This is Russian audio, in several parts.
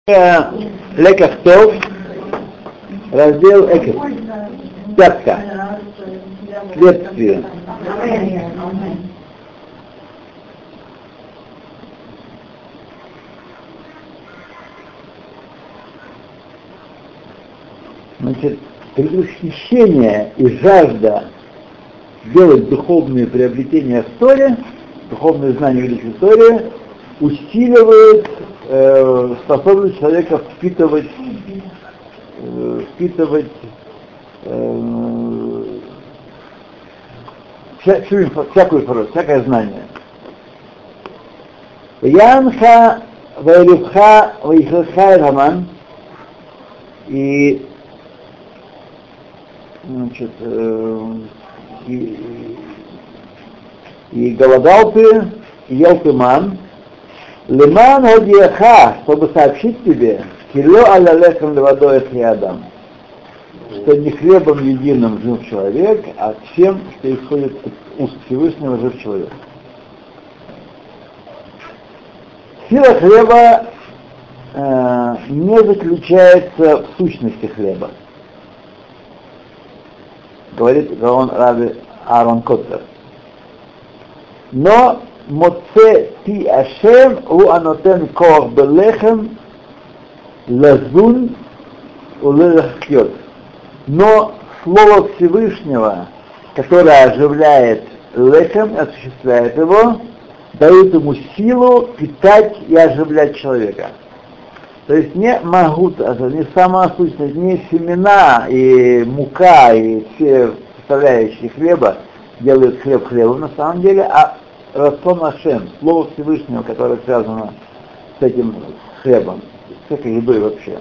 Леках Тов, раздел Экет. Пятка. Следствие. Значит, предвосхищение и жажда делать духовные приобретения в Торе, духовные знания великой Торе, усиливает способность человека впитывать всякую информацию, всякое знание. Янха вайлюбха вайхлха раман, и значит, и голодал ты, и ел ты ман, леман одиаха, чтобы сообщить тебе, кило аля-лехем левадой эхиадам, что не хлебом единым жив человек, а всем, что исходит от уст Всевышнего, жив человек. Сила хлеба не заключается в сущности хлеба, говорит Гаон Раби Аарон Котлер. Но моце пи Ашем у анотен коах белехем лазун улелахкьот. Но слово Всевышнего, которое оживляет лехем, осуществляет его, дает ему силу питать и оживлять человека. То есть не магут, не сама сущность, не семена и мука и все составляющие хлеба делают хлеб хлебом на самом деле, а рацион Ашем, слово Всевышнего, которое связано с этим хлебом, с этой едой вообще.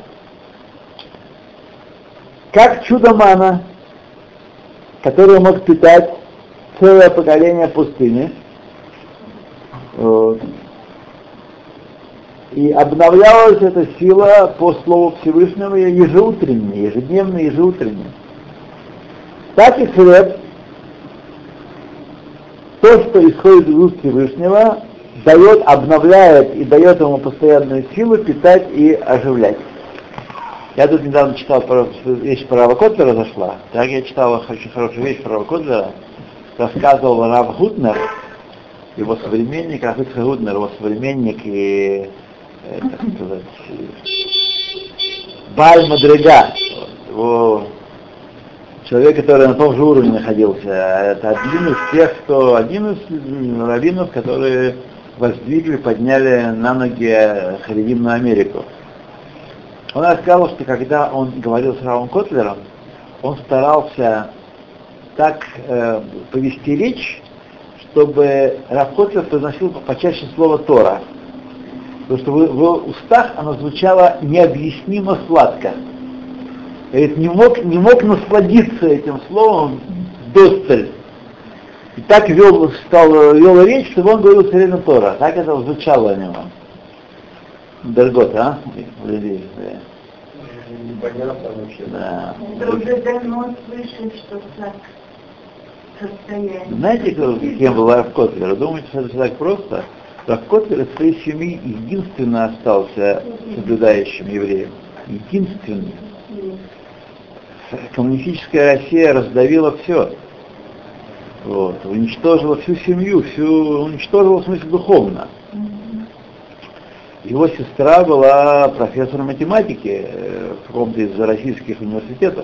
Как чудо мана, которое мог питать целое поколение пустыни, и обновлялась эта сила по слову Всевышнего ежеутренне, ежедневно, ежеутренне. Так и хлеб, то, что исходит из уст Всевышнего, дает, обновляет и дает ему постоянную силу питать и оживлять. Я тут недавно читал вещь про Рава Котлера зашла. Так я читал очень хорошую вещь про Рава Котлера. Рассказывал Рав Гутнер, его современник, Рав Ицхак Гутнер, его современник и, так сказать, Бааль Мадрига, его человек, который на том же уровне находился. Это один из раввинов, которые воздвигли, подняли на ноги Харидимную Америку. Он рассказал, что когда он говорил с Равом Котлером, он старался так повести речь, чтобы Рав Котлер произносил почаще слово Тора. Потому что в его устах оно звучало необъяснимо сладко. Говорит, не мог насладиться этим словом досталь. И так вел речь, чтобы он говорил все время Тора. Так это звучало у него. Дорогот, людей. Непонятно вообще. Да. Это уже давно слышим, что так состояние. Знаете, кем был Рав Котлер? Думаете, что это так просто? Рав Котлер из своей семьи единственно остался соблюдающим евреем. Единственный. Коммунистическая Россия раздавила все. Уничтожила всю семью, уничтожила в смысле духовно. Его сестра была профессором математики в каком-то из российских университетов.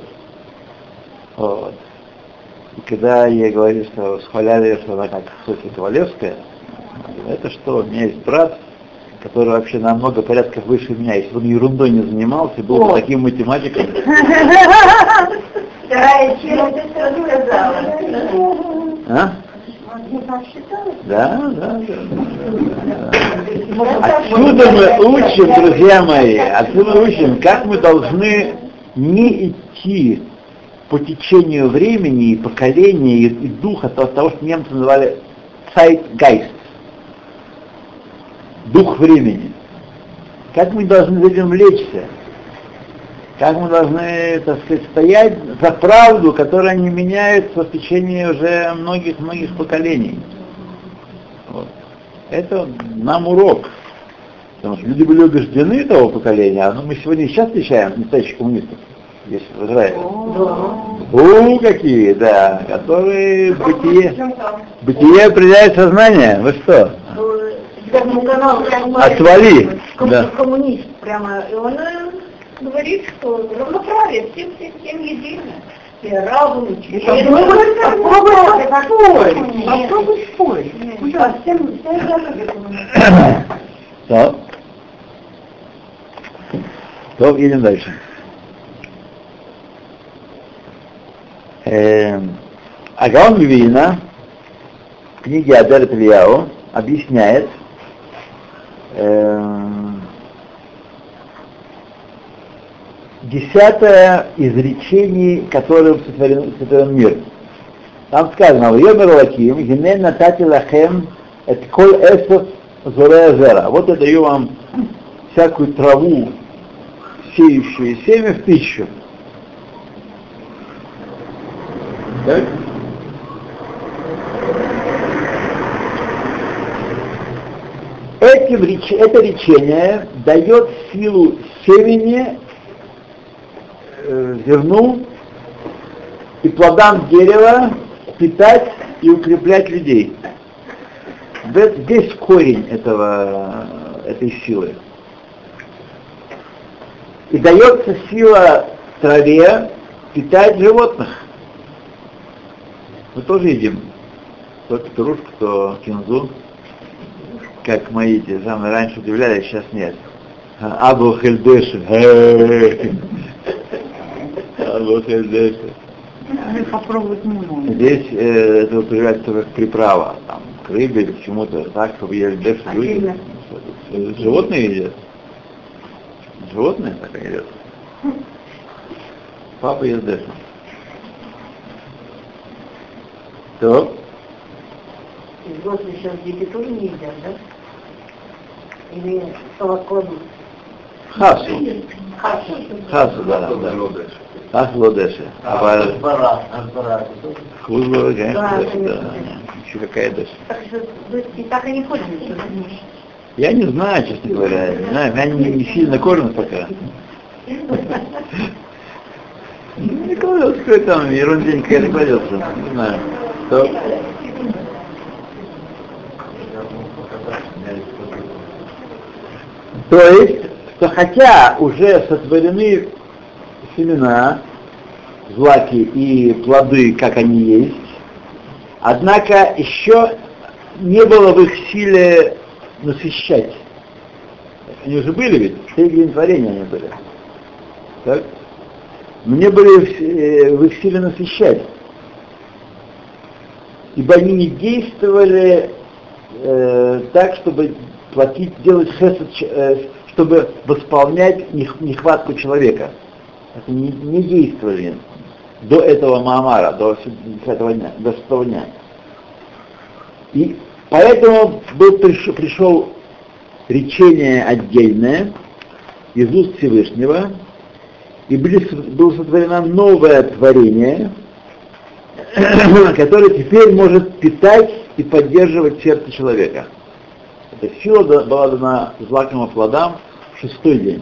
И когда ей говорили, что схваляли, что она как Софья Ковалевская, это что, у меня есть брат, который вообще намного порядков выше меня. Если бы он ерундой не занимался, был бы таким математиком. Вторая часть сказала. Да. Отсюда мы учим, друзья мои, как мы должны не идти по течению времени и поколения и духа, того, что немцы называли Zeitgeist, дух времени. Как мы должны за этим влечься? Как мы должны, так сказать, стоять за правду, которая не меняется в течение уже многих поколений. Это нам урок. Потому что люди были убеждены того поколения, но мы сегодня сейчас встречаем настоящих коммунистов здесь, в Израиле. Какие, да, которые бытие определяет сознание. Вы что? Отвали! Да. Коммунист прямо, и он говорит, что равноправие, всем едино. И разум, и попробуй спорить. То, едем дальше. Агаон Вильна в книге Адер Ильяу объясняет, десятое изречение, которым сотворен мир. Там сказано: «Вьомер Элоким, гинен натати лахем эт коль эсов зорея зера». Вот я даю вам всякую траву, сеющую семя, в пищу. Так? Это речение дает силу семени, зерну и плодам дерева питать и укреплять людей. Здесь корень этой силы. И дается сила траве питать животных. Мы тоже едим то петрушку, то кинзу, как мои те самые раньше удивлялись, сейчас нет. Абу Хельдеши. Абу Хельдеши. Попробовать не могу. Здесь это употребляется только как приправа, там, к рыбе или к чему-то, так, чтобы ели деши люди. Животные едят. Животные так едят. Папа ест деши. То. Взрослые сейчас дети тоже не едят, да? Или солокон? Хасу, да. Хасу лодеши. Хузбара, конечно, да. Еще какая деши. Так что и так и не пользуются, да? Я не знаю, честно говоря. Не знаю, меня не сильно кормят пока. Не кладется, какой там ерунденька какая-то кладется. Не знаю. Что? То есть, что хотя уже сотворены семена, злаки и плоды, как они есть, однако еще не было в их силе насыщать. Они уже были ведь, все день творения они были. Так? Но не были в их силе насыщать. Ибо они не действовали так, чтобы делать хесед, чтобы восполнять нехватку человека. Это не действовали до этого Маамара, до 10-го дня, до 6-го дня. И поэтому пришел речение отдельное из уст Всевышнего, и было сотворено новое творение, которое теперь может питать и поддерживать сердце человека. Эта сила была дана злакам и плодам в 6-й день.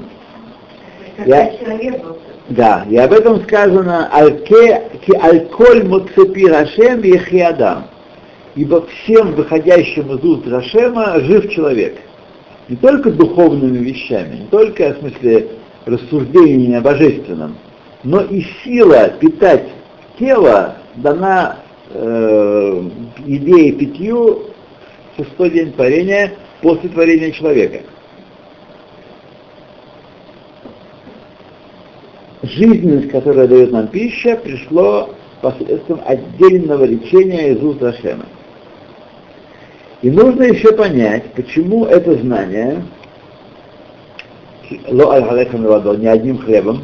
Да, и об этом сказано: «Аль-коль муцепи Рашем ехи адам», ибо всем выходящим из уст Рашема жив человек. Не только духовными вещами, не только в смысле рассуждения о божественном, но и сила питать тело дана идее питью в 6-й день творения, после творения человека. Жизненность, которая дает нам пища, пришло посредством отдельного речения из уст Рашема. И нужно еще понять, почему это знание ло аль-халехам ладо, не одним хлебом,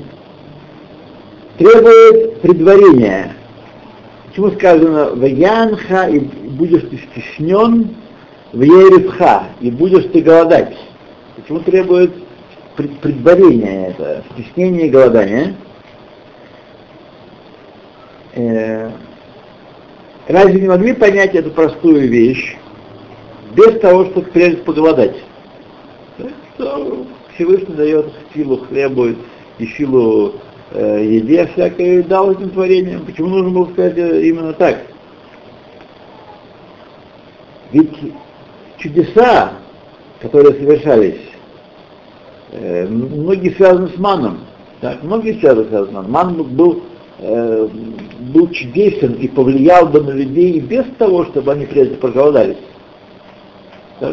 требует предварения. Почему сказано «Ваянха» и будешь ты стеснен, в еревха, и будешь ты голодать. Почему требует предварения это, стеснение и голодание? Разве не могли понять эту простую вещь без того, чтобы прежде поголодать? что Всевышний дает силу хлебу и силу еде всякой, дал этим творениям. Почему нужно было сказать именно так? Ведь чудеса, которые совершались, многие связаны с маном. Так, многие связаны с маном. Ман был чудесен и повлиял бы на людей и без того, чтобы они прежде проголодались. Так?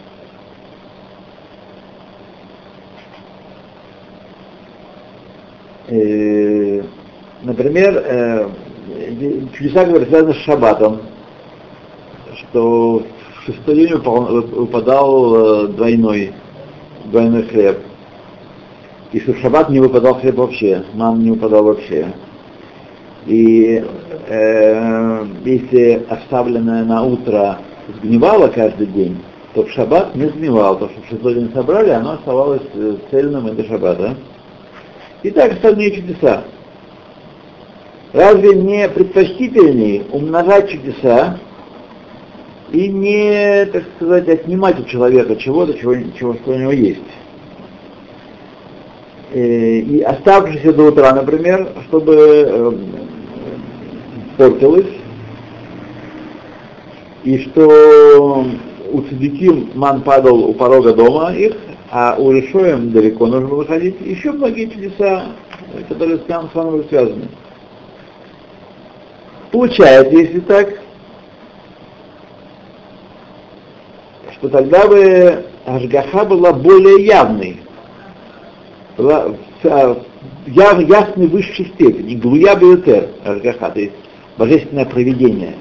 Например, чудеса, которые связаны с шаббатом, что в шестой день выпадал двойной хлеб, и что в шаббат не выпадал хлеб вообще, ман не выпадал вообще. И если оставленное на утро сгнивало каждый день, то в шаббат не сгнивало, то что в шестой день собрали, оно оставалось цельным и до шаббата. И так остальные чудеса. Разве не предпочтительнее умножать чудеса и не, так сказать, отнимать у человека чего-то, что у него есть? И оставшееся до утра, например, чтобы портилось, и что у цадиким ман падал у порога дома их, а у решоем далеко нужно было ходить. Еще многие чудеса, которые с самым связаны. Получается, если так, что тогда бы Ашгаха была более явной, была ясной в высшей степени, глуя бьютер Ашгаха, то есть божественное провидение.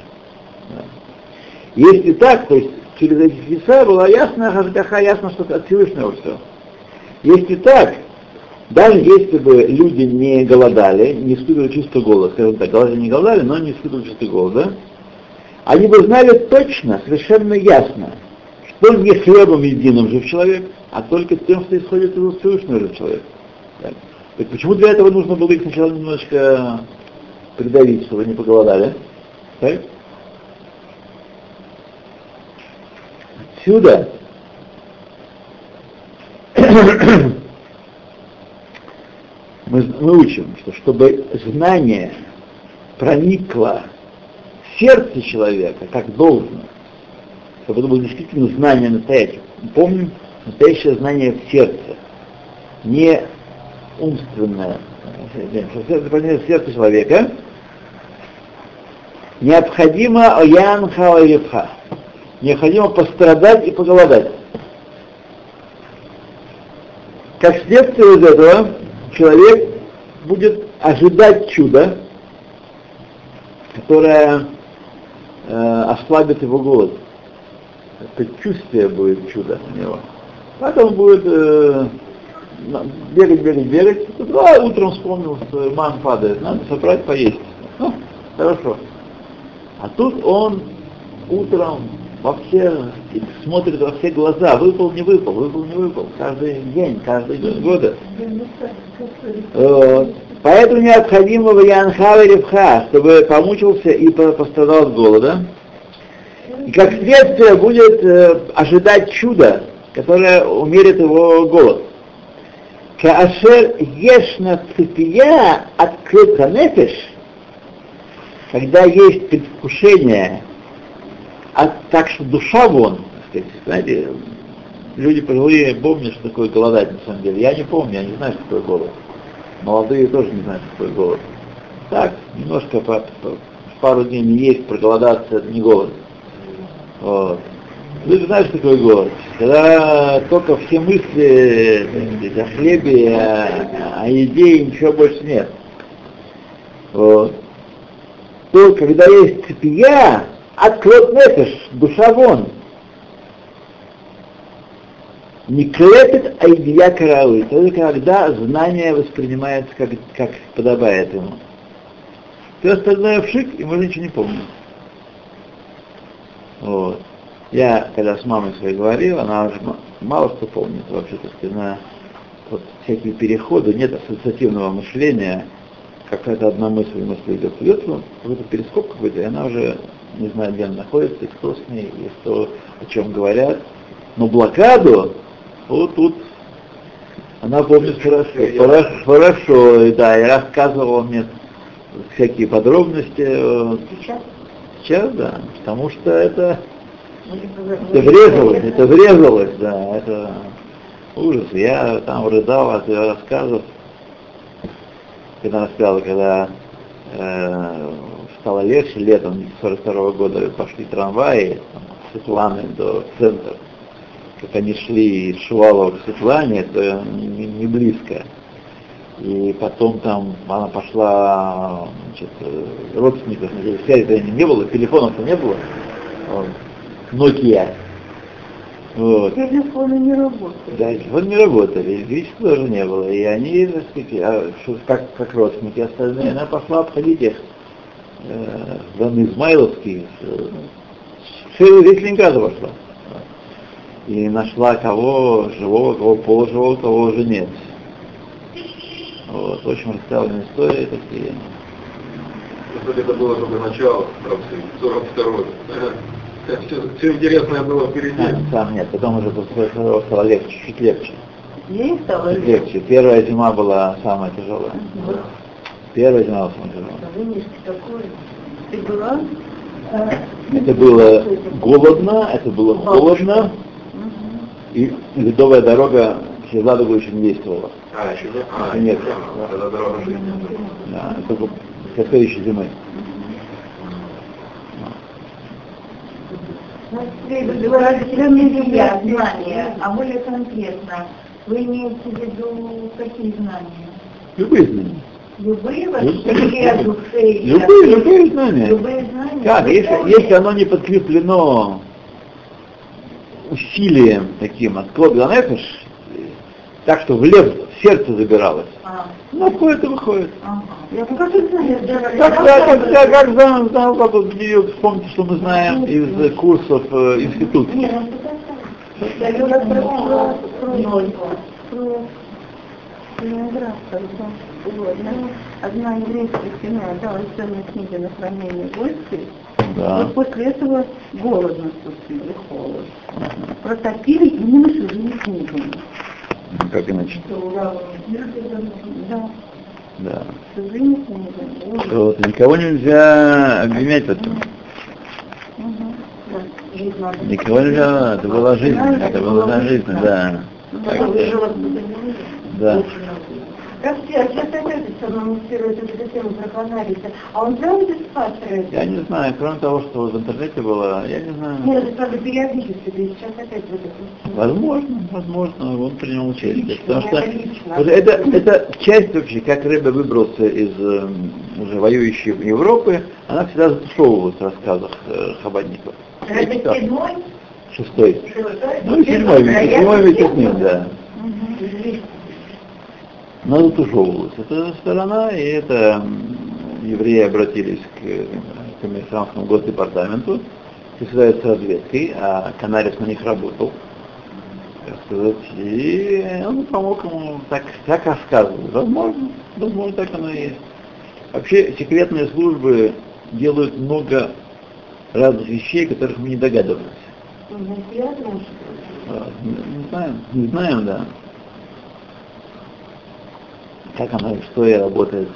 Если так, то есть через эти чудеса была ясная Ашгаха, ясно, что от Всевышнего все. Если так, даже если бы люди не голодали, не испытывали чувство голода, скажем так, не голодали, но не испытывали чувство голода, они бы знали точно, совершенно ясно, что не хлебом единым жив человек, а только тем, что исходит из Всевышнего жив человек. Так. Так почему для этого нужно было их сначала немножко придавить, чтобы они поголодали? Так? Отсюда мы учим, что чтобы знание проникло в сердце человека, как должно, чтобы это было действительно знание настоящее. Помним, настоящее знание в сердце, не умственное, в сердце человека, необходимо оян хавайрифха, необходимо пострадать и поголодать. Как следствие из этого, человек будет ожидать чуда, которое ослабит его голод. Предчувствие будет чудо у него. Потом будет бегать. А утром вспомнил, что ман падает, надо собрать, поесть. Ну, хорошо. А тут он утром вообще смотрит во все глаза, выпал, не выпал, каждый день, каждый день года. Поэтому необходимо в Янхава Ревха, чтобы помучился и пострадал от голода. И как следствие будет ожидать чуда, которое умерит его голод. Каашер ешна цепия открыта нефиш, когда есть предвкушение, так что душа вон, так сказать, знаете, люди пожилые помнят, что такое голодать на самом деле. Я не помню, я не знаю, что такое голод. Молодые тоже не знают, что такое голод. Так, немножко пару дней не есть, проголодаться, это не голод. Вот. Люди знают, что такое голод. Когда только все мысли о хлебе, о еде и ничего больше нет. Вот. То, когда есть цепия, открот нефеш, душа вон. Не клепит айдия карауль. Только когда знание воспринимается как подобает ему. Все остальное вшик, и мы ничего не помним. Вот. Я, когда с мамой своей говорил, она уже мало что помнит вообще, так сказать, на вот всякие переходы, нет ассоциативного мышления, какая-то одна мысль идет какой-то перескок какой-то, и она уже не знает, где она находится, и кто с ней, и что, о чем говорят. Но блокаду, вот тут Она помнит хорошо, и да, и рассказывала мне всякие подробности. Сейчас, да, потому что это врезалось, да, это ужас. Я там рыдал от ее рассказов, когда она сказала, когда стало легче летом 42 года пошли трамваи с Светланы до центра. Как они шли из Шувалова к Светлане, это не близко. И потом там она пошла, значит, родственников, связи не было, телефонов-то не было. Nokia. Вот. Телефоны не работали. Да, телефоны не работали, электричества тоже не было. И они, так сказать, как родственники остальные, она пошла обходить их в Измайловский, весь Ленинград пошла. И нашла кого живого, кого полуживого, кого уже нет. Вот, очень расставленные истории такие. Это было только начало, 42-й. Все интересное было впереди. Там нет, потом уже после 42-го стало легче, чуть легче. Ей стало легче. Первая зима была самая тяжелая. Первая зима была самая тяжелая. Ты была? Это было голодно, это было холодно, и ледовая дорога через Ладогу еще не действовала. Еще нет? Нет. Тогда дорога жизни. Да, это было со следующей зимы. Вы говорите, знания, а более конкретно, вы имеете в виду какие знания? Любые знания. Любые вообще о душе? Любые знания. Любые знания? Как? Если оно не подкреплено усилием таким от клоба до нефеш, так что в сердце забиралось, откуда это выходит? Как знал, вспомните, что мы знаем из курсов института. Одна еврейская семья дала ценные книги на хранение гостей, да. И после этого голод наступил, холод. Протопили именно чужими книгами. Как иначе? Да. Да. Чужими книгами. Вот, никого нельзя обвинять в этом. Никого нельзя, это была жизнь, да. Да. Как сейчас опять анонсирует эту тему про Канариса. А он знал без пастора? Я не знаю, кроме того, что в интернете было, я не знаю. Нет, это правда периодически, ты сейчас опять в это. Возможно, он принял участие. Потому что это часть вообще, как рыба выбрался из уже воюющей Европы, она всегда затушевывалась в рассказах хабадников. Это 7-й? 6-й. Ну и 7-й вместе с ним, да. Но затушевывалась эта сторона, и это евреи обратились к американскому госдепартаменту, связались с разведкой, а Канарис на них работал, так сказать, и он помог ему, так рассказывал. Возможно, так оно и есть. Вообще, секретные службы делают много разных вещей, которых мы не догадываемся. Не знаем, да. Как оно, что и работает.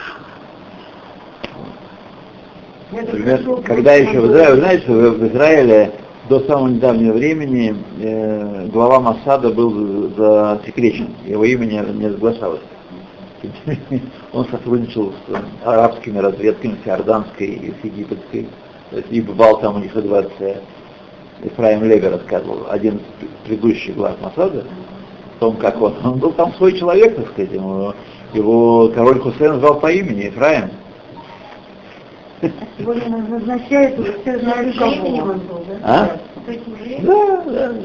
Например, когда еще в Израиле, вы знаете, что в Израиле до самого недавнего времени глава Моссада был засекречен, его имя не разглашалось. Он сотрудничал с арабскими разведками, с иорданской и с египетской, и бывал там у них во дворце. Ефраим Леви рассказывал, один из предыдущих глав Моссада, о том, как он был там свой человек, так сказать, его король Хусейн звал по имени Ефраим. Сегодня назначают, уже все знали, кого. А? Да.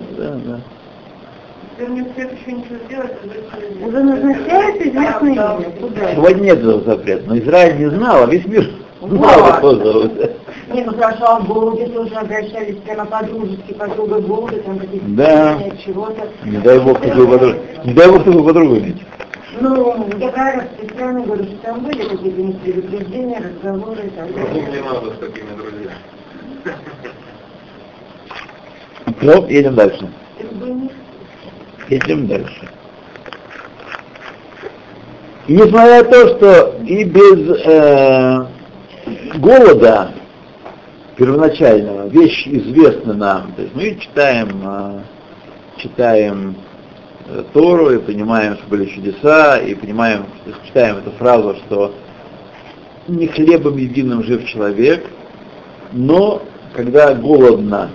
Уже назначают известное имя. Куда? Сегодня нет этого запрета, но Израиль не знал, а весь мир знал, кто зовут. Не, ну хорошо, а в Голуде тоже обращались прямо по-дружески, подруга Голуда, там какие-то чего-то. Не дай бог такую подругу иметь. Ну, я как раз специально говорю, что там были какие-то предупреждения, разговоры и так далее. Не надо с такими друзьями. Ну, едем дальше. Едем дальше. И несмотря на то, что и без голода первоначального вещь известна нам, то есть мы читаем Тору и понимаем, что были чудеса, и понимаем, читаем эту фразу, что не хлебом единым жив человек, но когда голодно,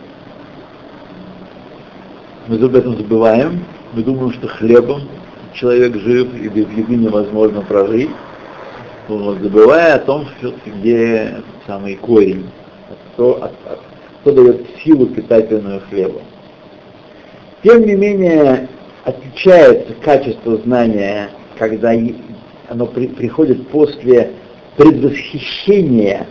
мы об этом забываем, мы думаем, что хлебом человек жив, и без еды невозможно прожить, забывая о том, где самый корень, кто дает силу питательную хлебу. Тем не менее, отличается качество знания, когда оно приходит после предвосхищения,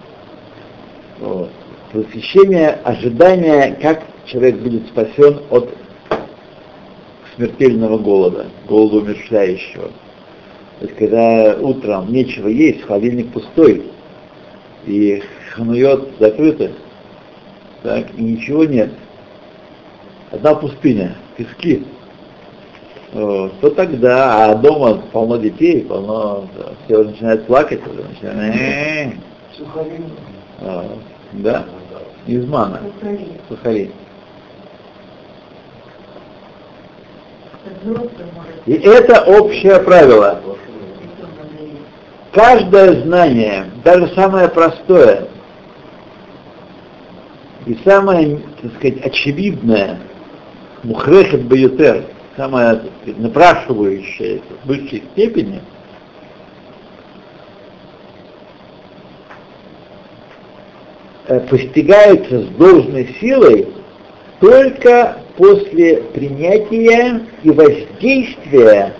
ожидания, как человек будет спасен от смертельного голода умерщвляющего. То есть, когда утром нечего есть, холодильник пустой, и хануйот закрыты, так, и ничего нет. Одна пустыня, пески. То тогда, а дома полно детей, все уже начинают плакать, начинают, да, из мана, сухари. И это общее правило. Каждое знание, даже самое простое и самое, так сказать, очевидное, мухрехет баютер, самое, так сказать, напрашивающееся в высшей степени, постигается с должной силой только после принятия и воздействия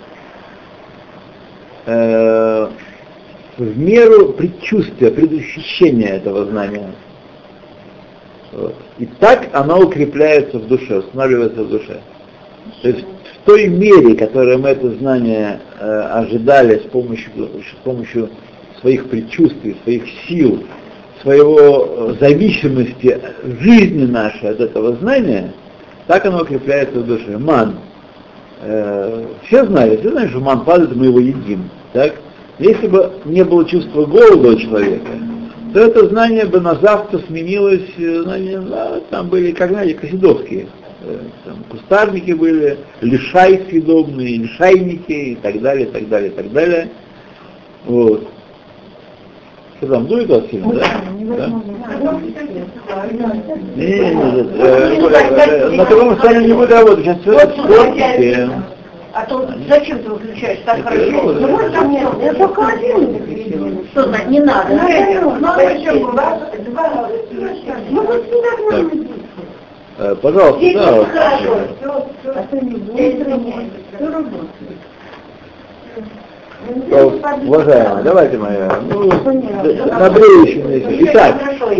в меру предчувствия, предощущения этого знания. Вот. И так оно укрепляется в душе, устанавливается в душе. То есть в той мере, которой мы это знание ожидали с помощью своих предчувствий, своих сил, своего зависимости жизни нашей от этого знания, так оно укрепляется в душе. Ман. Все знают, что ман падает, мы его едим. Так? Если бы не было чувства голода у человека, то это знание бы на завтра сменилось, там были, как знаете, косидовские, там кустарники были, лишай съедобные, лишайники и так далее, так далее, так далее. Вот. Что там, дует вас сильно, да? На таком состоянии не будет работать, сейчас все испортите. А то зачем ты выключаешь так хорошо? Ну вот там я только один. Что, не надо. Пожалуйста, да. Хорошо. Уважаемые, давайте моя. На бреющем. Итак.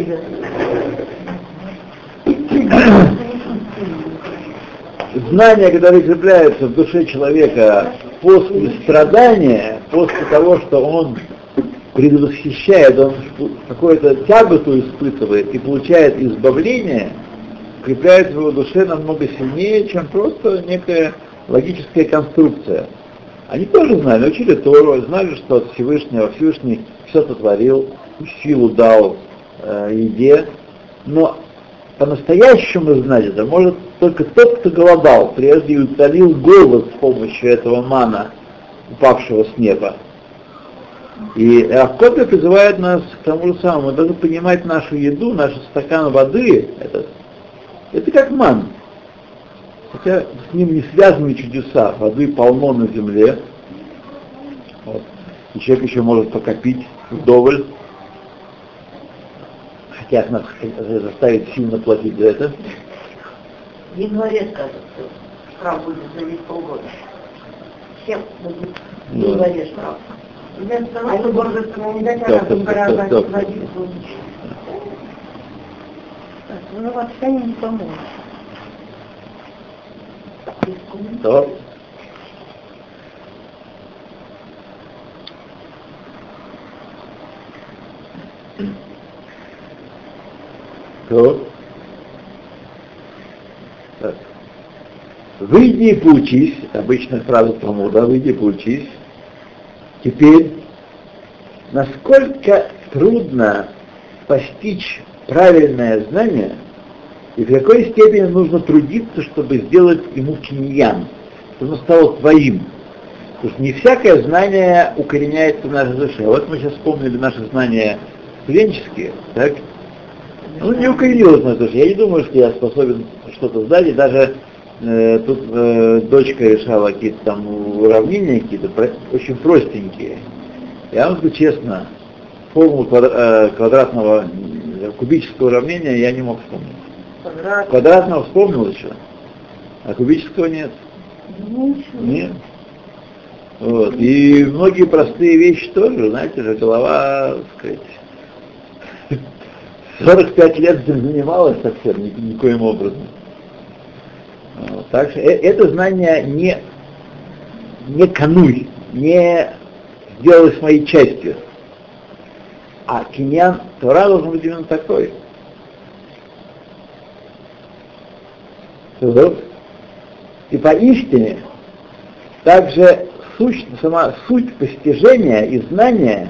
Знание, которое закрепляется в душе человека после страдания, после того, что он предвосхищает, он какую-то тяготу испытывает и получает избавление, укрепляется в его душе намного сильнее, чем просто некая логическая конструкция. Они тоже знали, учили Тору, знали, что от Всевышнего Всевышний все сотворил, силу дал еде, но по-настоящему знать это может только тот, кто голодал прежде и утолил голод с помощью этого мана, упавшего с неба. И Рав-Котель призывает нас к тому же самому. Мы должны понимать нашу еду, наш стакан воды, это как ман. Хотя с ним не связаны чудеса. Воды полно на земле. Вот. И человек еще может покопить вдоволь. Хотят нас заставить сильно платить за это. В январе скажут, что штраф будет за весь полгода. Всем будет в январе штраф. А это может не дать, а потом водить. Ну, вообще не поможет. То. То. Так. Выйди и поучись, это обычная фраза Талмуда, выйди и поучись, Теперь, насколько трудно постичь правильное знание, и в какой степени нужно трудиться, чтобы сделать ему киньян, чтобы оно стало твоим. Потому что не всякое знание укореняется в нашей душе. Вот мы сейчас вспомнили наши знания студенческие, так? Ну, не укоренилось в нашей душе. Я не думаю, что я способен что-то знать, и даже тут дочка решала какие-то там уравнения, какие-то очень простенькие. Я вам скажу честно, формулу квадратного кубического уравнения я не мог вспомнить. Квадратного вспомнил еще, а кубического нет. Нет. Вот. И многие простые вещи тоже, знаете же, голова, так сказать, 45 лет занималась совсем никоим образом. Вот. Так что это знание не кануй, не сделалось моей частью. А киньян Тора должен быть именно такой. И поистине также сама суть постижения и знания,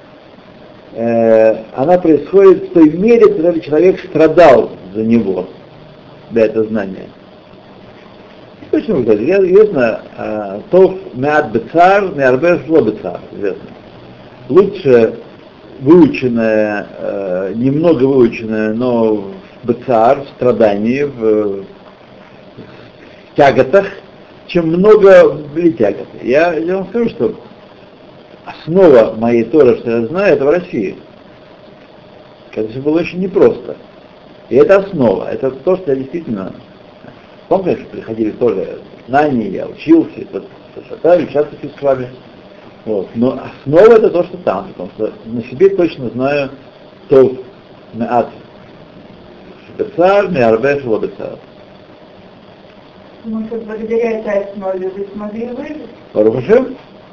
она происходит в той мере, в которой человек страдал за него, для этого знания. Почему? Известно, тов меат бецар, меарбе шло бецар, известно. Лучше выученное, немного выученное, но в бецар, в страдании, в тяготах, чем много были тяготы. Я вам скажу, что основа моей Торы, что я знаю, это в России. Это все было очень непросто. И это основа, это то, что я действительно... Помню, что приходили тоже знания, я учился, участвовал с вами. Вот. Но основа это то, что там, потому что на себе точно знаю тов меат бецар, меарбе шло бецар. Может, благодаря этой основе вы смогли выжить? Барух-Ашем?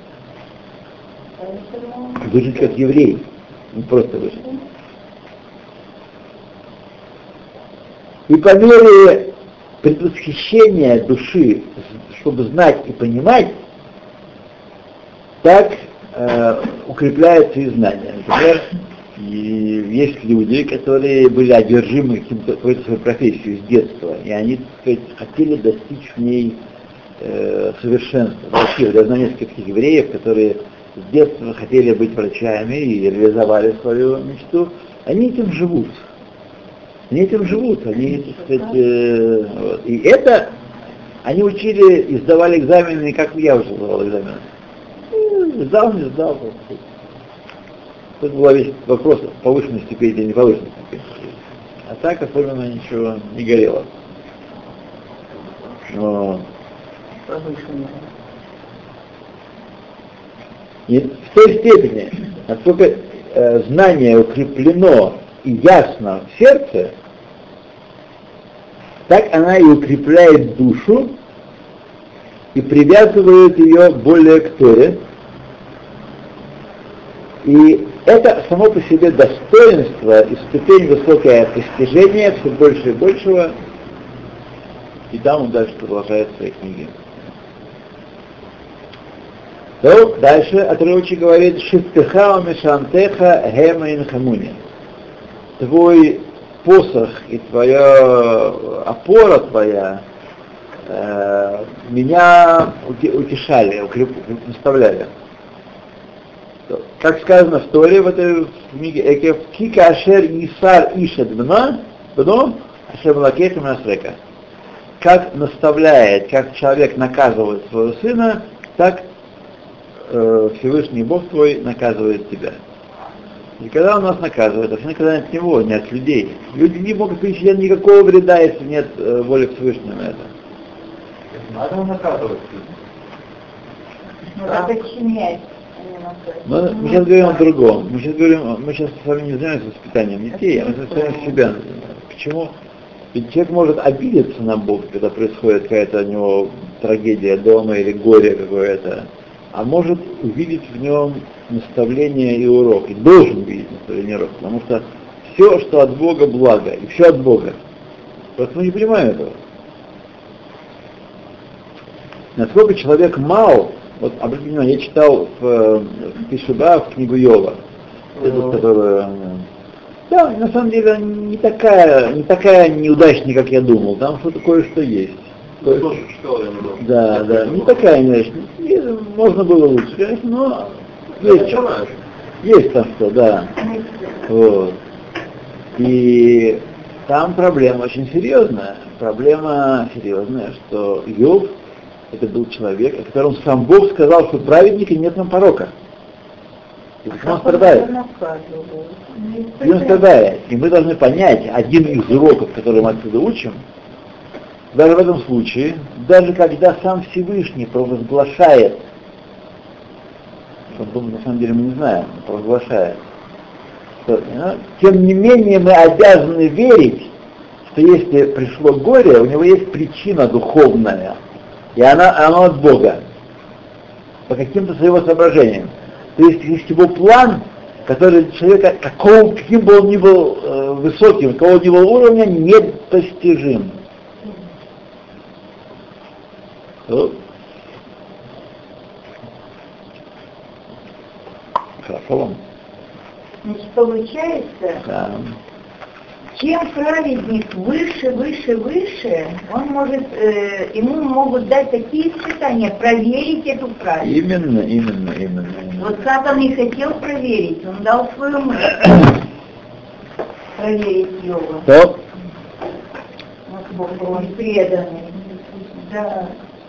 Выжить как еврей, не просто выжить. И по мере предвосхищения души, чтобы знать и понимать, так укрепляется и знание. Например, есть люди, которые были одержимы какой-то своей профессией с детства, и они, так сказать, хотели достичь в ней совершенства. Вообще, я знаю нескольких евреев, которые с детства хотели быть врачами и реализовали свою мечту. Они этим живут. Они, так сказать, вот. И это они учили и сдавали экзамены, как я уже сдавал экзамены. Сдал, не сдал. Тут был весь вопрос повышенной степени или не повышенной степени. А так особенно ничего не горело. Но... И в той степени, насколько знание укреплено и ясно в сердце, так она и укрепляет душу и привязывает ее более к Торе. И это само по себе достоинство и ступень высокое постижения, все больше и большего. И там он дальше продолжает свои книги. То дальше отрывочек говорит: «Шифтеха умешантеха гема инхамуни». Твой посох и твоя опора твоя меня утешали, наставляли. Как сказано в Торе, в этой книге Экев, «Кика ашер исар ишет бно, ашер малакех насрека». Как наставляет, как человек наказывает своего сына, так Всевышний Бог твой наказывает тебя. И когда он нас наказывает, это никогда от него, не от людей. Люди не могут причинить никакого вреда, если нет воли Всевышнего на это. Надо наказывать. Надо чинять. Но мы сейчас говорим о другом. Мы сейчас с вами не занимаемся воспитанием детей, а мы занимаемся себя. Почему? Ведь человек может обидеться на Бога, когда происходит какая-то у него трагедия дома или горе какое-то, а может увидеть в нем наставление и урок. И должен увидеть наставление и урок, потому что все, что от Бога, благо, и все от Бога. Просто мы не понимаем этого. Насколько человек мал, Вот, обратите внимание, я читал в Пишуба, в книгу Йова, которая, да, на самом деле не такая неудачная, как я думал, там что-то кое-что есть. Тоже читал я много. Да, не такая неудачная. Можно было лучше, конечно, но есть там что, да. Вот. И там проблема очень серьезная. Проблема серьезная, что Йов это был человек, о котором сам Бог сказал, что праведника нет на порока. И он страдает. И он страдает. И мы должны понять, один из уроков, который мы отсюда учим, даже в этом случае, даже когда сам Всевышний провозглашает, что на самом деле мы не знаем, провозглашает, что, тем не менее мы обязаны верить, что если пришло горе, у него есть причина духовная, и она от Бога, по каким-то своим соображениям. То есть есть его план, который человека, каким бы он ни был высоким, какого ни был уровня, непостижим. Хорошо вам? Значит, получается, Да. чем праведник выше, он может, ему могут дать такие испытания, проверить эту праведность. Именно. Вот Сатан не хотел проверить, он дал свою мысль проверить Йова. То? Вот Бог был преданный. Да.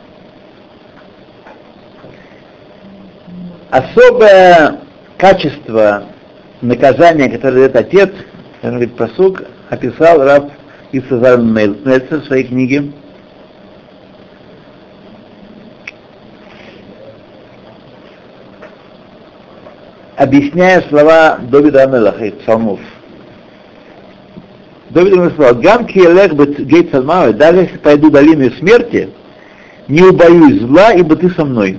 Особое качество наказания, которое дает отец, он говорит, пасук, описал раб Исазар Мельцер в своей книге. Объясняя слова Давида Амелаха из псалмов. Давид ему сказал, «Гам киелех гейт салмавы, даже если пойду долиной смерти, не убоюсь зла, ибо ты со мной.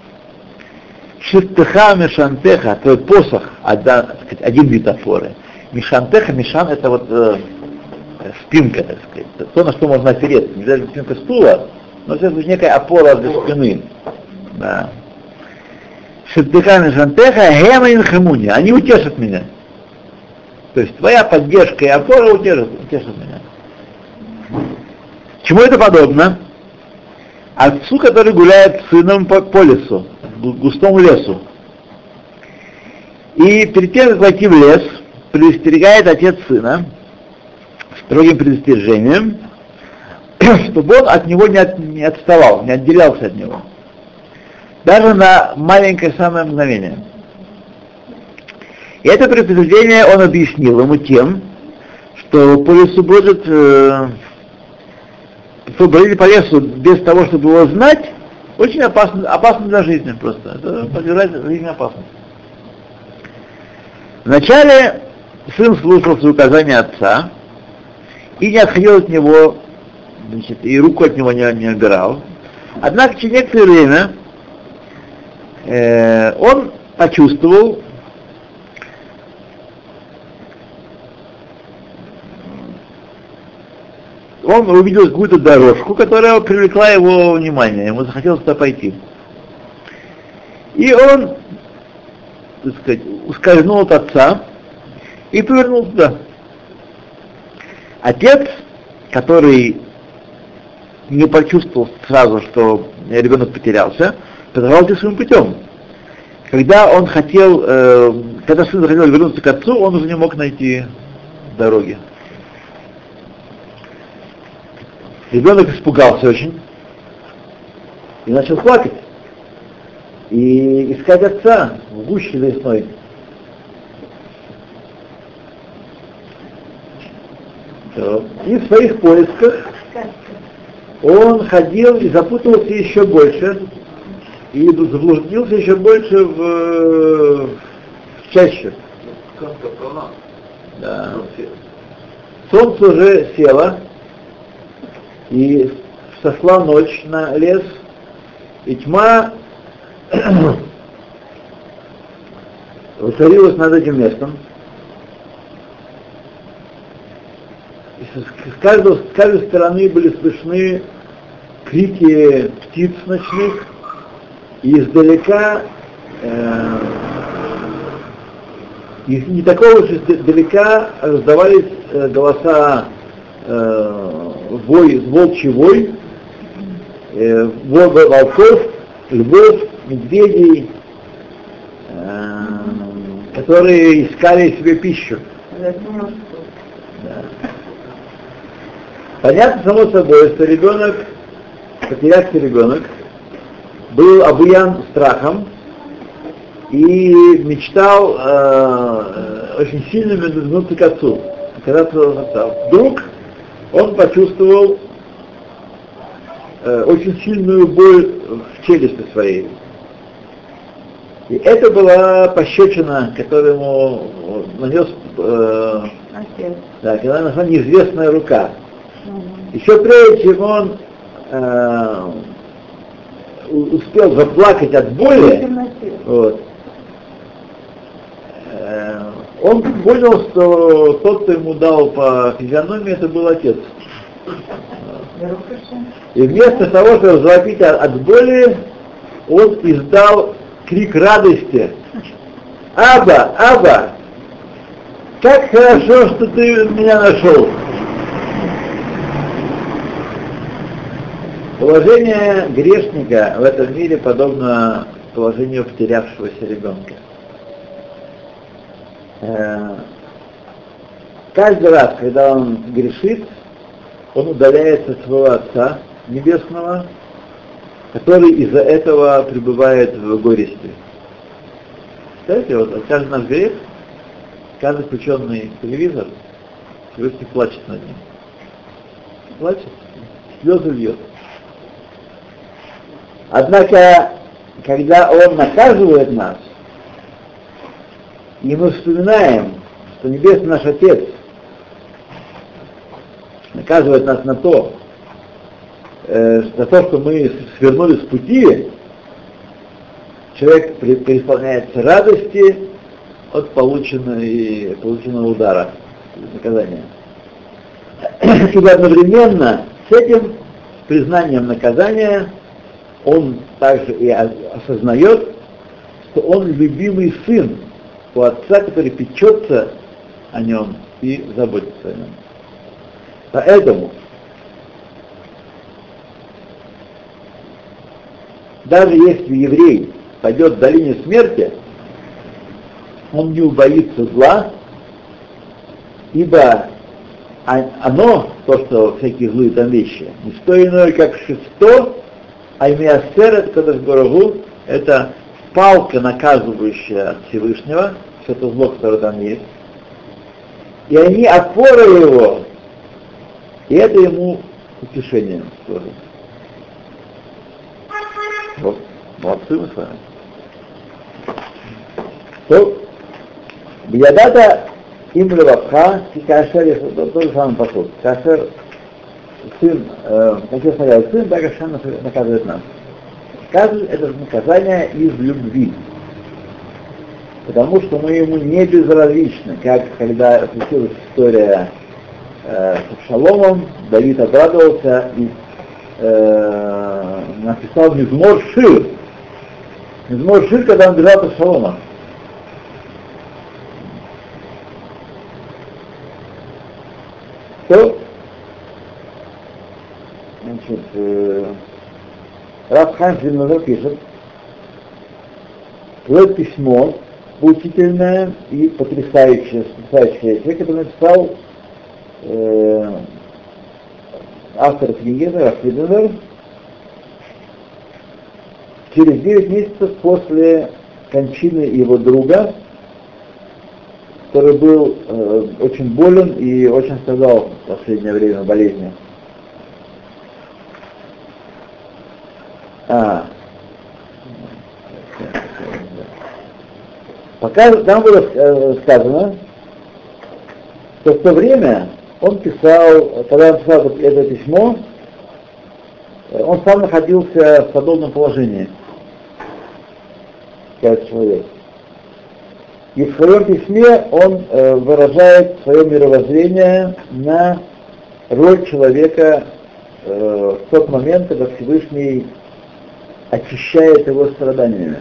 Шифтеха мешантеха, твой посох, один вид афоры. Мишантеха, мишан это вот спинка, так сказать, то, на что можно опереться. Не даже спинка стула, но это некая опора для спины. Да. Шифтеха мишантеха, гемаин хамуни, они утешат меня. То есть твоя поддержка и опора утешат меня. Чему это подобно? Отцу, который гуляет с сыном по лесу, густому лесу. И перед тем, как войти в лес, предостерегает отец сына строгим предостережением, чтобы он от него не отставал, не отделялся от него. Даже на маленькое самое мгновение. И это предупреждение он объяснил ему тем, что по лесу бродят, бродили по лесу без того, чтобы его знать, очень опасно для жизни просто. Это подвергает жизни опасности. Вначале сын слушался указания отца и не отходил от него, значит, и руку от него не убирал. Однако через некоторое время он почувствовал, он увидел какую-то дорожку, которая привлекла его внимание, ему захотелось туда пойти. И он, так сказать, ускользнул от отца и повернул туда. Отец, который не почувствовал сразу, что ребенок потерялся, продолжал идти своим путем. Когда сын захотел вернуться к отцу, он уже не мог найти дороги. Ребенок испугался очень и начал плакать и искать отца в гуще лесной. И в своих поисках он ходил и запутался еще больше, и заблудился еще больше в чаще. Да. Солнце уже село, и сошла ночь на лес, и тьма воцарилась над этим местом. И с каждой стороны были слышны крики птиц ночных И издалека, не такого уж издалека раздавались голоса волчий вой, волков, львов, медведей, которые искали себе пищу. Да. Понятно, само собой, что потерявший ребенок, был обуян страхом и мечтал очень сильно вернуться к отцу. Вдруг он почувствовал очень сильную боль в челюсти своей. И это была пощечина, которую ему нанес когда нашла неизвестная рука. Еще прежде чем он успел заплакать от боли, он понял, что тот, кто ему дал по физиономии, это был отец. И вместо того, чтобы завопить от боли, он издал крик радости. «Аба! Аба! Как хорошо, что ты меня нашел!» Положение грешника в этом мире подобно положению потерявшегося ребенка. Каждый раз, когда он грешит, он удаляется от своего Отца Небесного, который из-за этого пребывает в горести. Представляете, вот каждый наш грех, каждый включенный телевизор, Всевышний плачет над ним. Плачет, слезы льет. Однако, когда Он наказывает нас, и мы вспоминаем, что Небесный наш Отец наказывает нас за то, что мы свернули с пути, человек преисполняется радости от полученного удара, наказания. И одновременно с этим, с признанием наказания, он также и осознает, что он любимый сын у отца, который печется о нем и заботится о нем. Поэтому даже если еврей пойдет в долине смерти, он не убоится зла, ибо оно, то, что всякие злые там вещи, не что иное, как шесто, аймиасерет кадош барух, это палка, наказывающая от Всевышнего, все это зло, которое там есть, и они опора его, и это ему утешение тоже. Вот, молодцы мы с вами. То, Бьядата им левавха, кашер, тот же самый посуд. Кашер, сын, как я сказал, сын, так Ашем наказывает нас. Это наказание из любви. Потому что мы ему не безразличны, как когда случилась история с Авшаломом, Давид обрадовался и написал Мизмор Шир. Мизмор Шир, когда он бежал от Авшалома. То, значит, Рав Хаим Швинозер пишет, свое письмо поучительное и потрясающее человек, который написал автор книги Рав Швинозер через 9 месяцев после кончины его друга, который был очень болен и очень страдал в последнее время болезнью. Пока там было сказано, что в то время он писал, когда он писал это письмо, он сам находился в подобном положении, как человек. И в своем письме он выражает свое мировоззрение на роль человека в тот момент, когда Всевышний очищает его страданиями.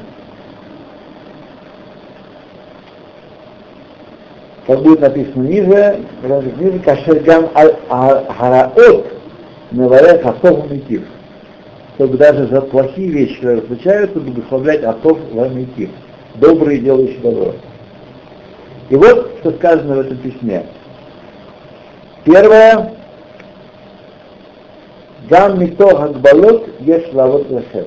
Как будет написано ниже, кашергам хараот наварят асов митив. Чтобы даже за плохие вещи, которые случаются, благословлять асов митив. Добрые, делающие добро. И вот, что сказано в этом письме. Первое. Гам мито хагбалот еш лавот лашем.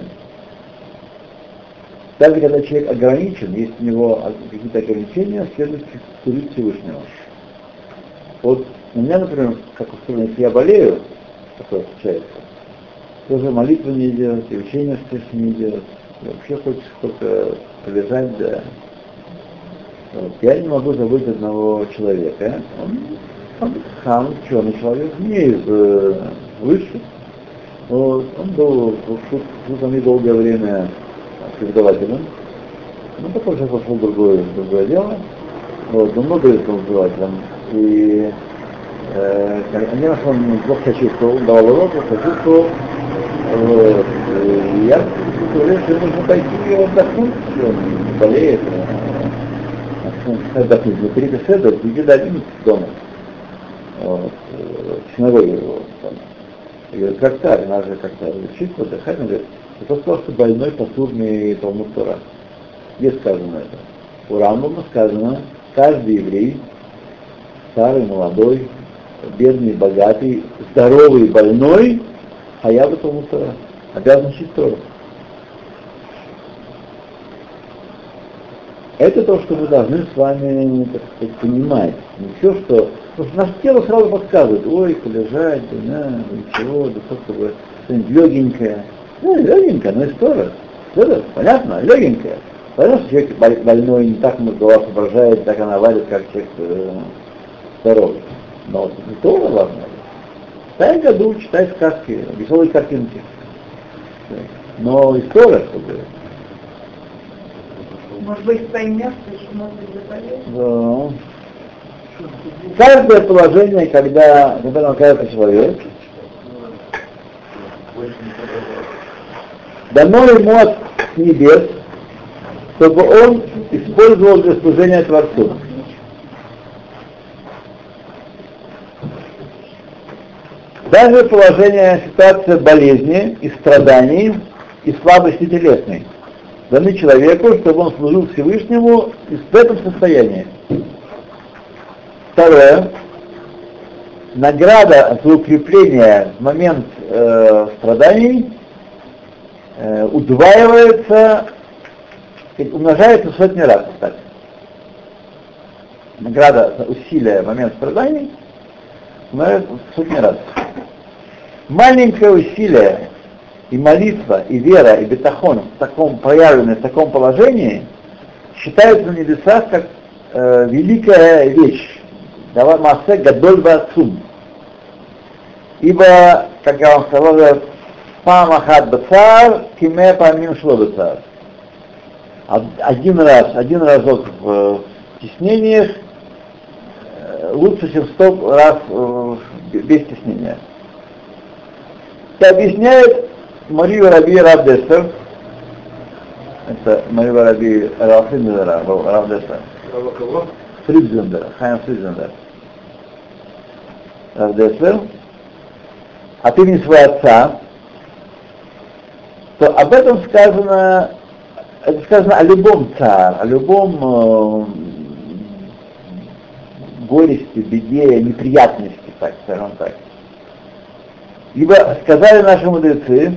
Даже когда человек ограничен, есть у него какие-то ограничения, следует служить Всевышнему. Вот у меня, например, как устроено, если я болею, такое случается, тоже молитву не делать, и учение что-то не делать. И вообще хочется только полежать, да. Вот. Я не могу забыть одного человека. Он сам ученый человек, не из высших. Вот. Он был в Шутане долгое время преподавателем. Ну, потом уже пошел другое дело. Вот, но много лет был преподавателем. И один раз он плохо чувствовал, давал урок, плохо чувствовал. Вот. И я говорю, что нужно пойти и отдохнуть, если он болеет. Отдохнуть. Но перед седом иди до 11 дома. Вот. В синагоге его. Я говорю, как так? Надо же как-то решить, отдыхать. Он говорит, это просто больной пасурный Талмуд Тора. Где сказано это? У Рамбама сказано, каждый еврей, старый, молодой, бедный, богатый, здоровый, больной, хаяба Талмуд Тора. Обязан учить Тору. Это то, что мы должны с вами, так сказать, понимать. Не все, что... Потому что наше тело сразу подсказывает, ой, полежать, да, ничего, да что-то что-нибудь легенькое. Ну, легенькое, но история. Это понятно, легенькое. Понятно, что человек больной не так много голова соображает, так она валит, как человек здоровый. Но вот не то важно. Читай году, читай сказки, веселые картинки. Но история, чтобы... Может быть, поймешь, что может быть заболеть? Да. Каждое положение, когда оказывается человек, дано ему от небес, чтобы он использовал для служения Творцу. Даже положение, ситуация болезни и страданий и слабости телесной даны человеку, чтобы он служил Всевышнему в этом состоянии. Второе. Награда за укрепление в момент страданий удваивается, умножается в сотни раз. Так. Награда за усилие в момент страданий умножается в сотни раз. Маленькое усилие и молитва, и вера, и бетахон в таком проявленном, в таком положении считаются на небесах как великая вещь. Давай массе гадоль вацум. Ибо, как я вам сказал, памахат бацар, киме памим шло бацар. Один разок в стеснениях лучше, чем 100 раз без стеснения. Это объясняет Марию Раби Рав Дессер. Это Марию Раби Рав Дессер. Фридзендер, Хайм Фридзендер. Рав Дессер. От имени своего отца, то об этом сказано, это сказано о любом царе, о любом горести, беде, неприятности, так скажем так. Ибо сказали наши мудрецы,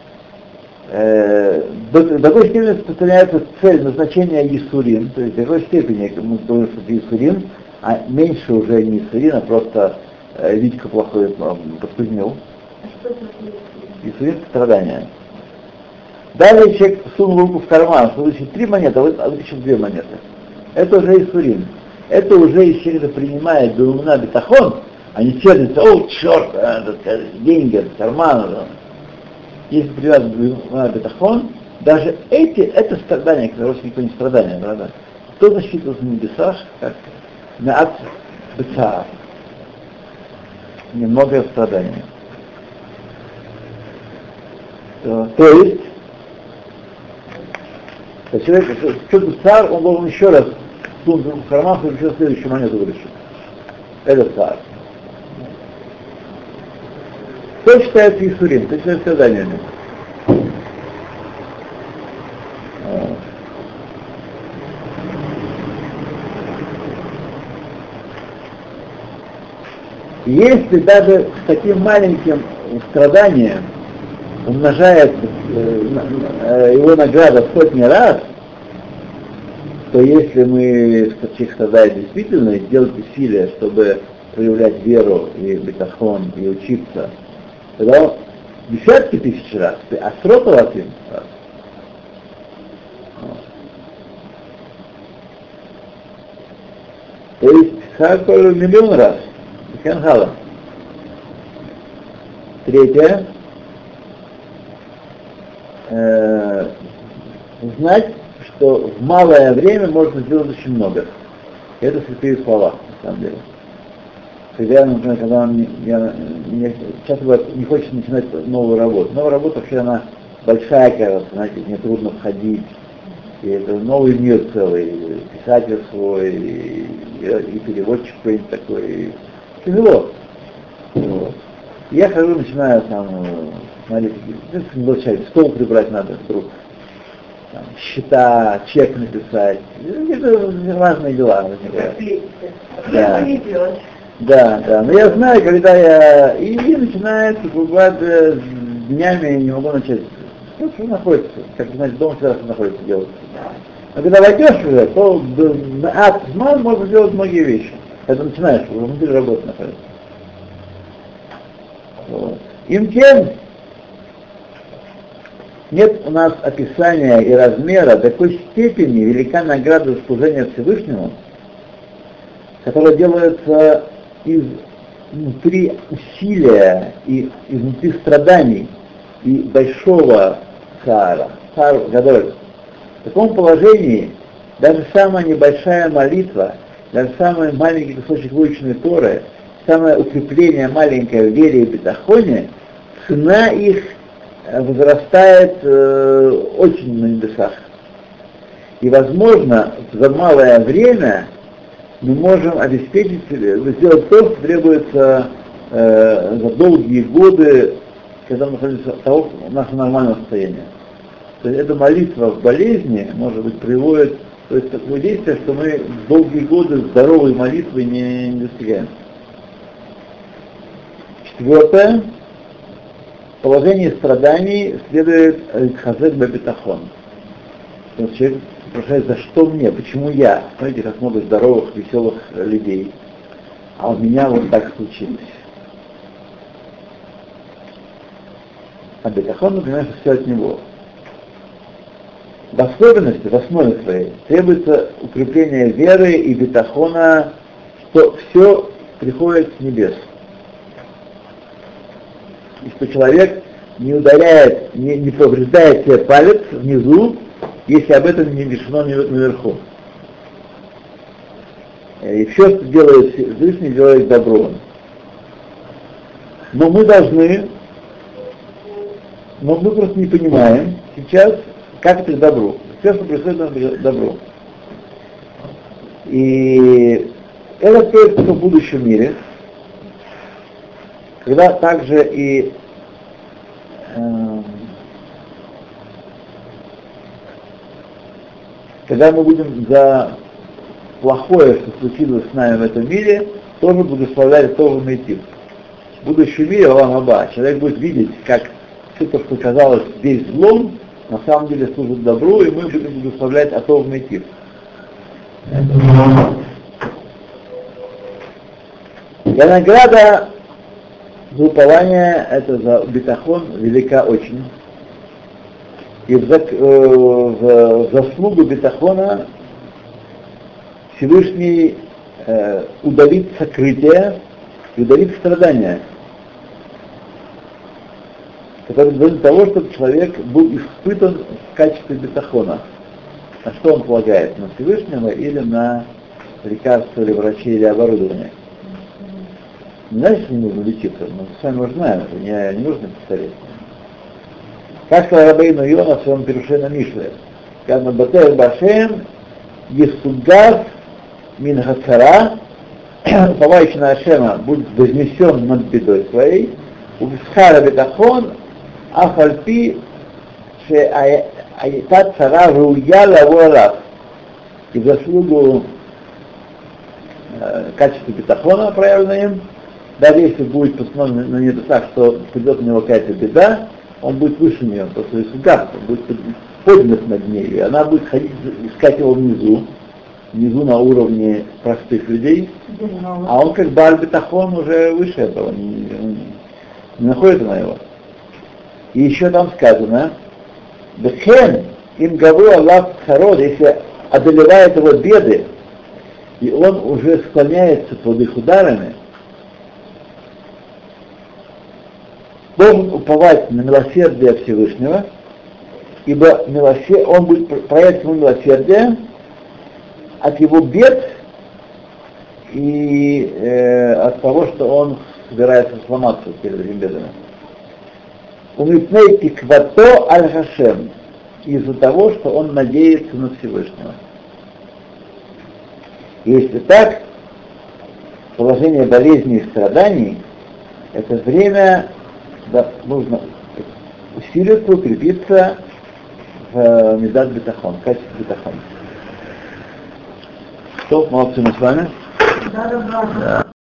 до такой степени распространяется цель назначения Исурин, то есть до такой степени мы думаем, что это Исурин, а меньше уже не Исурин, а просто Витька плохой подкузнил. Исурин — страдания. Далее человек сунул руку в карман, что вытащил 3 монеты, а вытащил 2 монеты. Это уже Исурин. Это уже если человек принимает думна бетахон, а не сердится, о, черт, деньги, карман. Если привязан к бетахон, даже это страдания, которые вовсе никакое не страдание, правда, то засчитывается на небесах, как наат бецаар. Немного страданий. То есть, То есть человек, что-то царь, он должен еще раз сунуть в карман, чтобы еще следующую монету вытащить. Это царь. Кто считается Исурим? Кто считается страданиями? Если даже с таким маленьким страданием умножает его награда в сотни раз, то если мы с этих страданий действительно делать усилия, чтобы проявлять веру и бетахон, и учиться, тогда десятки тысяч раз, асрот алафим раз. То есть миллион раз. Хенхала. Третье. Знать, что в малое время можно сделать очень много. Это святые слова, на самом деле. Когда, например, мне часто бывает, не хочется начинать новую работу. Новая работа вообще она большая, кажется, знаете, мне трудно входить. И это новый мир целый, и писатель свой, и переводчик какой-нибудь такой. И тяжело. Вот. Я хожу, начинаю там смотреть, стол прибрать надо вдруг. Там, счета, чек написать. Это важные дела возникают. Да. Но я знаю, когда я... И начинается, бывает, днями я не могу начать. Что находится, как знаете, дома всегда находится делать. Но когда войдешь уже, то от зман можно сделать многие вещи. Когда начинаешь, уже внутри работы находится. Вот. Им тем нет у нас описания и размера такой степени велика награда за служение Всевышнему, которая делается изнутри усилия и изнутри страданий и большого цара, цар Гадоль. В таком положении даже самая небольшая молитва, даже самый маленький кусочек выученной Торы, самое укрепление маленькое в вере и бетахоне, цена их возрастает очень на небесах. И, возможно, за малое время мы можем обеспечить, сделать то, что требуется за долгие годы, когда мы находимся в нашем нормальном состоянии. То есть эта молитва в болезни, может быть, приводит то есть такое действие, что мы долгие годы здоровой молитвы не достигаем. Четвертое. В положении страданий следует хазек бетахон. Человек спрашивает, за что мне, почему я? Смотрите, как много здоровых, веселых людей. А у меня вот так случилось. А бетахон, например, что все от него. В особенности, в основе своей, требуется укрепление веры и бетахона, что все приходит с небес. И что человек не ударяет, не повреждает себе палец внизу, если об этом не решено наверху. И все, что делает Всевышний, делает добро. Но мы просто не понимаем сейчас, как это к добру. Все, что происходит, это добро. И это только в будущем мире, когда также и когда мы будем за плохое, что случилось с нами в этом мире, тоже благословлять тоже Мейтив. В будущем мире, Олам Аба, человек будет видеть, как все то, что казалось здесь злом, на самом деле служит добру, и мы будем благословлять Атов Мейтив. И награда за упование, это за бетахон, велика очень. И в заслугу бетахона Всевышний удалит сокрытие и удалит страдания, которые для того, чтобы человек был испытан в качестве бетахона. На что он полагает? На Всевышнего или на лекарства, или врачей, или оборудование? Не знаете, что не нужно лечиться? Мы с вами уже знаем, это не нужно повторять. Как сказал Рабейну Йона в своем Перуше на Мишле, сказано, Батер Башем, Есугав, Мингацара, уповающий на Ашема, будет вознесен над бедой своей, Увисхара Бетахон, Афальпи, Айта Цара Руя Лавуалав. И в заслугу качества бетахона, проявленного им, даже если будет постановлено на небесах, что придет на него какая-то беда, он будет выше нее, просто Есугав, будет поднят над ней, и она будет ходить, искать его внизу на уровне простых людей, а он как Бааль Бетахон уже выше этого, не находится на его. И еще там сказано, Бехен им гаву Аллах Харод, если одолевает его беды, и он уже склоняется под их ударами, должен уповать на милосердие Всевышнего, ибо он будет проявлять ему милосердие от его бед и от того, что он собирается сломаться перед этими бедами. Умитней тиквато аль-Хашем, из-за того, что он надеется на Всевышнего. Если так, положение болезней и страданий, это время нужно усилиться, укрепиться в Медат Бетахон, в качестве Бетахон. Что, молодцы мы с вами? Да.